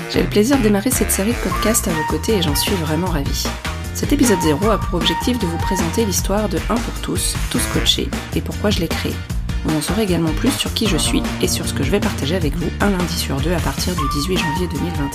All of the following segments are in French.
J'ai le plaisir de démarrer cette série de podcasts à vos côtés et j'en suis vraiment ravie. Cet épisode 0 a pour objectif de vous présenter l'histoire de Un pour tous coachés, et pourquoi je l'ai créé. Vous en saurez également plus sur qui je suis et sur ce que je vais partager avec vous un lundi sur deux à partir du 18 janvier 2021.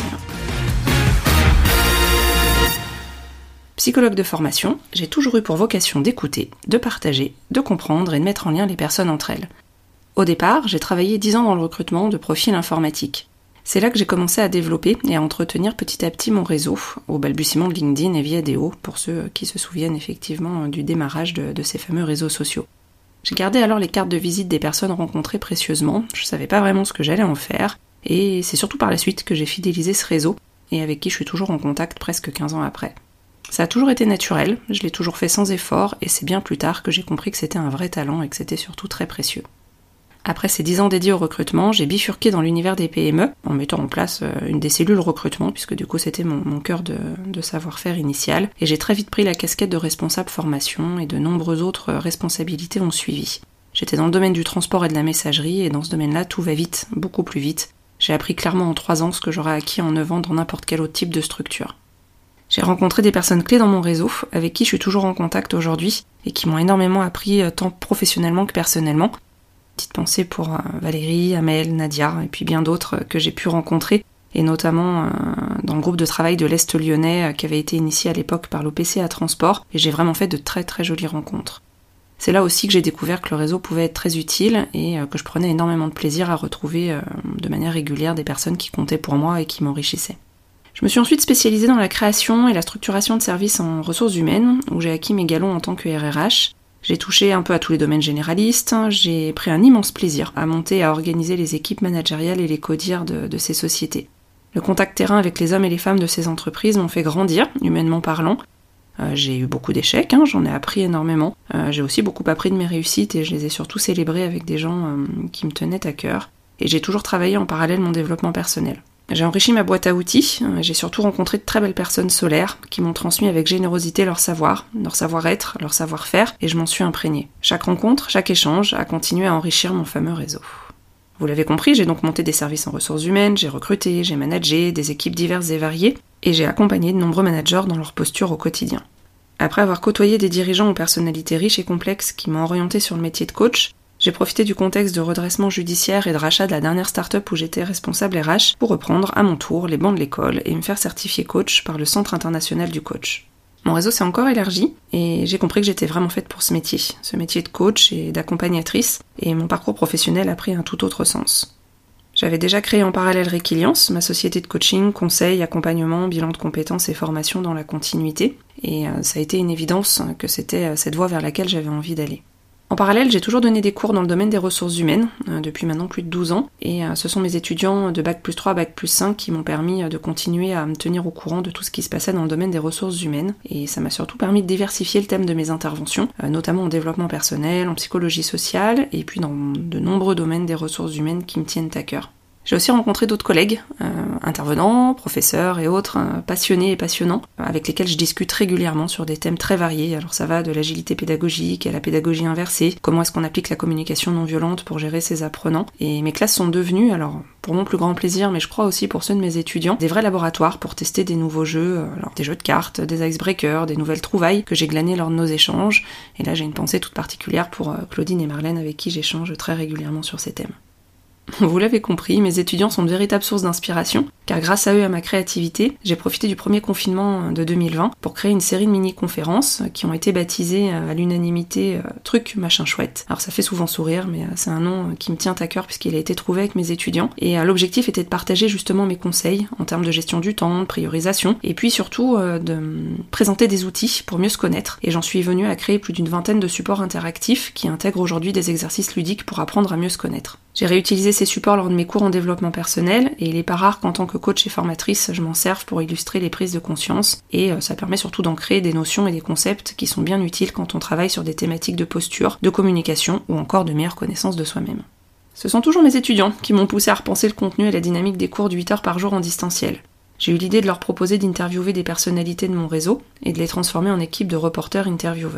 Psychologue de formation, j'ai toujours eu pour vocation d'écouter, de partager, de comprendre et de mettre en lien les personnes entre elles. Au départ, j'ai travaillé 10 ans dans le recrutement de profils informatiques. C'est là que j'ai commencé à développer et à entretenir petit à petit mon réseau, au balbutiement de LinkedIn et Viadeo, pour ceux qui se souviennent effectivement du démarrage de ces fameux réseaux sociaux. J'ai gardé alors les cartes de visite des personnes rencontrées précieusement, je savais pas vraiment ce que j'allais en faire, et c'est surtout par la suite que j'ai fidélisé ce réseau, et avec qui je suis toujours en contact presque 15 ans après. Ça a toujours été naturel, je l'ai toujours fait sans effort, et c'est bien plus tard que j'ai compris que c'était un vrai talent et que c'était surtout très précieux. Après ces 10 ans dédiés au recrutement, j'ai bifurqué dans l'univers des PME, en mettant en place une des cellules recrutement, puisque du coup c'était mon cœur de savoir-faire initial, et j'ai très vite pris la casquette de responsable formation, et de nombreuses autres responsabilités ont suivi. J'étais dans le domaine du transport et de la messagerie, et dans ce domaine-là, tout va vite, beaucoup plus vite. J'ai appris clairement en 3 ans ce que j'aurais acquis en 9 ans dans n'importe quel autre type de structure. J'ai rencontré des personnes clés dans mon réseau, avec qui je suis toujours en contact aujourd'hui, et qui m'ont énormément appris tant professionnellement que personnellement. Petite pensée pour Valérie, Amel, Nadia et puis bien d'autres que j'ai pu rencontrer, et notamment dans le groupe de travail de l'Est lyonnais qui avait été initié à l'époque par l'OPCA Transport, et j'ai vraiment fait de très très jolies rencontres. C'est là aussi que j'ai découvert que le réseau pouvait être très utile et que je prenais énormément de plaisir à retrouver de manière régulière des personnes qui comptaient pour moi et qui m'enrichissaient. Je me suis ensuite spécialisée dans la création et la structuration de services en ressources humaines, où j'ai acquis mes galons en tant que RRH. J'ai touché un peu à tous les domaines généralistes, j'ai pris un immense plaisir à monter et à organiser les équipes managériales et les codires de ces sociétés. Le contact terrain avec les hommes et les femmes de ces entreprises m'ont fait grandir, humainement parlant. J'ai eu beaucoup d'échecs, j'en ai appris énormément. J'ai aussi beaucoup appris de mes réussites et je les ai surtout célébrées avec des gens qui me tenaient à cœur. Et j'ai toujours travaillé en parallèle mon développement personnel. J'ai enrichi ma boîte à outils, j'ai surtout rencontré de très belles personnes solaires qui m'ont transmis avec générosité leur savoir, leur savoir-être, leur savoir-faire, et je m'en suis imprégnée. Chaque rencontre, chaque échange a continué à enrichir mon fameux réseau. Vous l'avez compris, j'ai donc monté des services en ressources humaines, j'ai recruté, j'ai managé des équipes diverses et variées, et j'ai accompagné de nombreux managers dans leur posture au quotidien. Après avoir côtoyé des dirigeants aux personnalités riches et complexes qui m'ont orienté sur le métier de coach, j'ai profité du contexte de redressement judiciaire et de rachat de la dernière start-up où j'étais responsable RH pour reprendre à mon tour les bancs de l'école et me faire certifier coach par le Centre international du coach. Mon réseau s'est encore élargi et j'ai compris que j'étais vraiment faite pour ce métier de coach et d'accompagnatrice, et mon parcours professionnel a pris un tout autre sens. J'avais déjà créé en parallèle Réquiliance, ma société de coaching, conseil, accompagnement, bilan de compétences et formation dans la continuité, et ça a été une évidence que c'était cette voie vers laquelle j'avais envie d'aller. En parallèle, j'ai toujours donné des cours dans le domaine des ressources humaines, depuis maintenant plus de 12 ans, et ce sont mes étudiants de Bac+3, Bac+5 qui m'ont permis de continuer à me tenir au courant de tout ce qui se passait dans le domaine des ressources humaines, et ça m'a surtout permis de diversifier le thème de mes interventions, notamment en développement personnel, en psychologie sociale, et puis dans de nombreux domaines des ressources humaines qui me tiennent à cœur. J'ai aussi rencontré d'autres collègues, intervenants, professeurs et autres, passionnés et passionnants, avec lesquels je discute régulièrement sur des thèmes très variés. Alors ça va de l'agilité pédagogique à la pédagogie inversée, comment est-ce qu'on applique la communication non violente pour gérer ses apprenants. Et mes classes sont devenues, alors pour mon plus grand plaisir, mais je crois aussi pour ceux de mes étudiants, des vrais laboratoires pour tester des nouveaux jeux, alors des jeux de cartes, des icebreakers, des nouvelles trouvailles que j'ai glanées lors de nos échanges. Et là j'ai une pensée toute particulière pour Claudine et Marlène avec qui j'échange très régulièrement sur ces thèmes. Vous l'avez compris, mes étudiants sont de véritables sources d'inspiration, car grâce à eux et à ma créativité, j'ai profité du premier confinement de 2020 pour créer une série de mini-conférences qui ont été baptisées à l'unanimité Truc Machin Chouette. Alors ça fait souvent sourire, mais c'est un nom qui me tient à cœur puisqu'il a été trouvé avec mes étudiants, et l'objectif était de partager justement mes conseils en termes de gestion du temps, de priorisation, et puis surtout de présenter des outils pour mieux se connaître, et j'en suis venue à créer plus d'une vingtaine de supports interactifs qui intègrent aujourd'hui des exercices ludiques pour apprendre à mieux se connaître. J'ai réutilisé ces supports lors de mes cours en développement personnel, et il n'est pas rare qu'en tant que coach et formatrice, je m'en serve pour illustrer les prises de conscience, et ça permet surtout d'ancrer des notions et des concepts qui sont bien utiles quand on travaille sur des thématiques de posture, de communication ou encore de meilleure connaissance de soi-même. Ce sont toujours mes étudiants qui m'ont poussé à repenser le contenu et la dynamique des cours de 8 heures par jour en distanciel. J'ai eu l'idée de leur proposer d'interviewer des personnalités de mon réseau et de les transformer en équipe de reporters intervieweurs.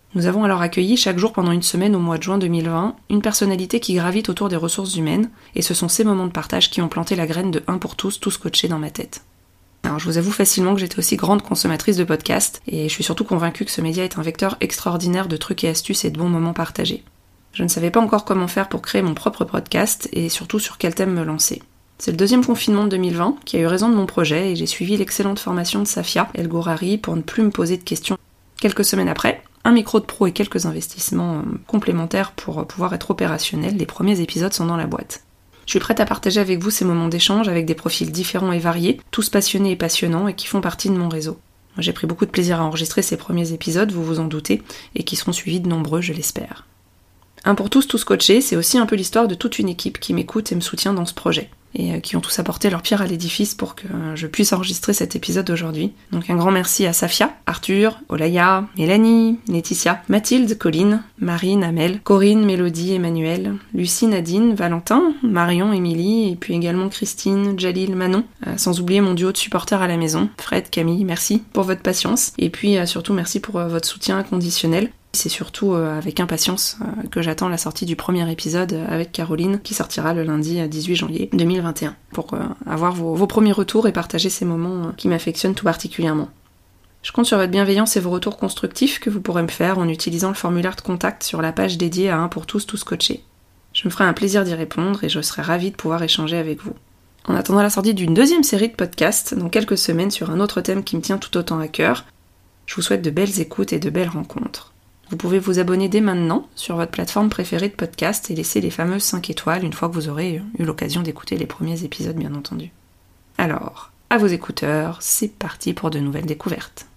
Nous avons alors accueilli chaque jour pendant une semaine au mois de juin 2020 une personnalité qui gravite autour des ressources humaines, et ce sont ces moments de partage qui ont planté la graine de 1 pour tous coachés dans ma tête. Alors je vous avoue facilement que j'étais aussi grande consommatrice de podcasts, et je suis surtout convaincue que ce média est un vecteur extraordinaire de trucs et astuces et de bons moments partagés. Je ne savais pas encore comment faire pour créer mon propre podcast, et surtout sur quel thème me lancer. C'est le deuxième confinement de 2020 qui a eu raison de mon projet, et j'ai suivi l'excellente formation de Safia El Gourari pour ne plus me poser de questions. Quelques semaines après, un micro de pro et quelques investissements complémentaires pour pouvoir être opérationnel, les premiers épisodes sont dans la boîte. Je suis prête à partager avec vous ces moments d'échange avec des profils différents et variés, tous passionnés et passionnants et qui font partie de mon réseau. J'ai pris beaucoup de plaisir à enregistrer ces premiers épisodes, vous vous en doutez, et qui seront suivis de nombreux, je l'espère. 1 pour tous coachés, c'est aussi un peu l'histoire de toute une équipe qui m'écoute et me soutient dans ce projet, et qui ont tous apporté leur pierre à l'édifice pour que je puisse enregistrer cet épisode aujourd'hui. Donc un grand merci à Safia, Arthur, Olaya, Mélanie, Laetitia, Mathilde, Colline, Marine, Amel, Corinne, Mélodie, Emmanuel, Lucie, Nadine, Valentin, Marion, Émilie, et puis également Christine, Jalil, Manon, sans oublier mon duo de supporters à la maison, Fred, Camille, merci pour votre patience, et puis surtout merci pour votre soutien inconditionnel. C'est surtout avec impatience que j'attends la sortie du premier épisode avec Caroline, qui sortira le lundi 18 janvier 2021, pour avoir vos premiers retours et partager ces moments qui m'affectionnent tout particulièrement. Je compte sur votre bienveillance et vos retours constructifs que vous pourrez me faire en utilisant le formulaire de contact sur la page dédiée à 1 pour tous coachés. Je me ferai un plaisir d'y répondre et je serai ravie de pouvoir échanger avec vous. En attendant la sortie d'une deuxième série de podcasts dans quelques semaines sur un autre thème qui me tient tout autant à cœur, je vous souhaite de belles écoutes et de belles rencontres. Vous pouvez vous abonner dès maintenant sur votre plateforme préférée de podcast et laisser les fameuses 5 étoiles une fois que vous aurez eu l'occasion d'écouter les premiers épisodes bien entendu. Alors, à vos écouteurs, c'est parti pour de nouvelles découvertes.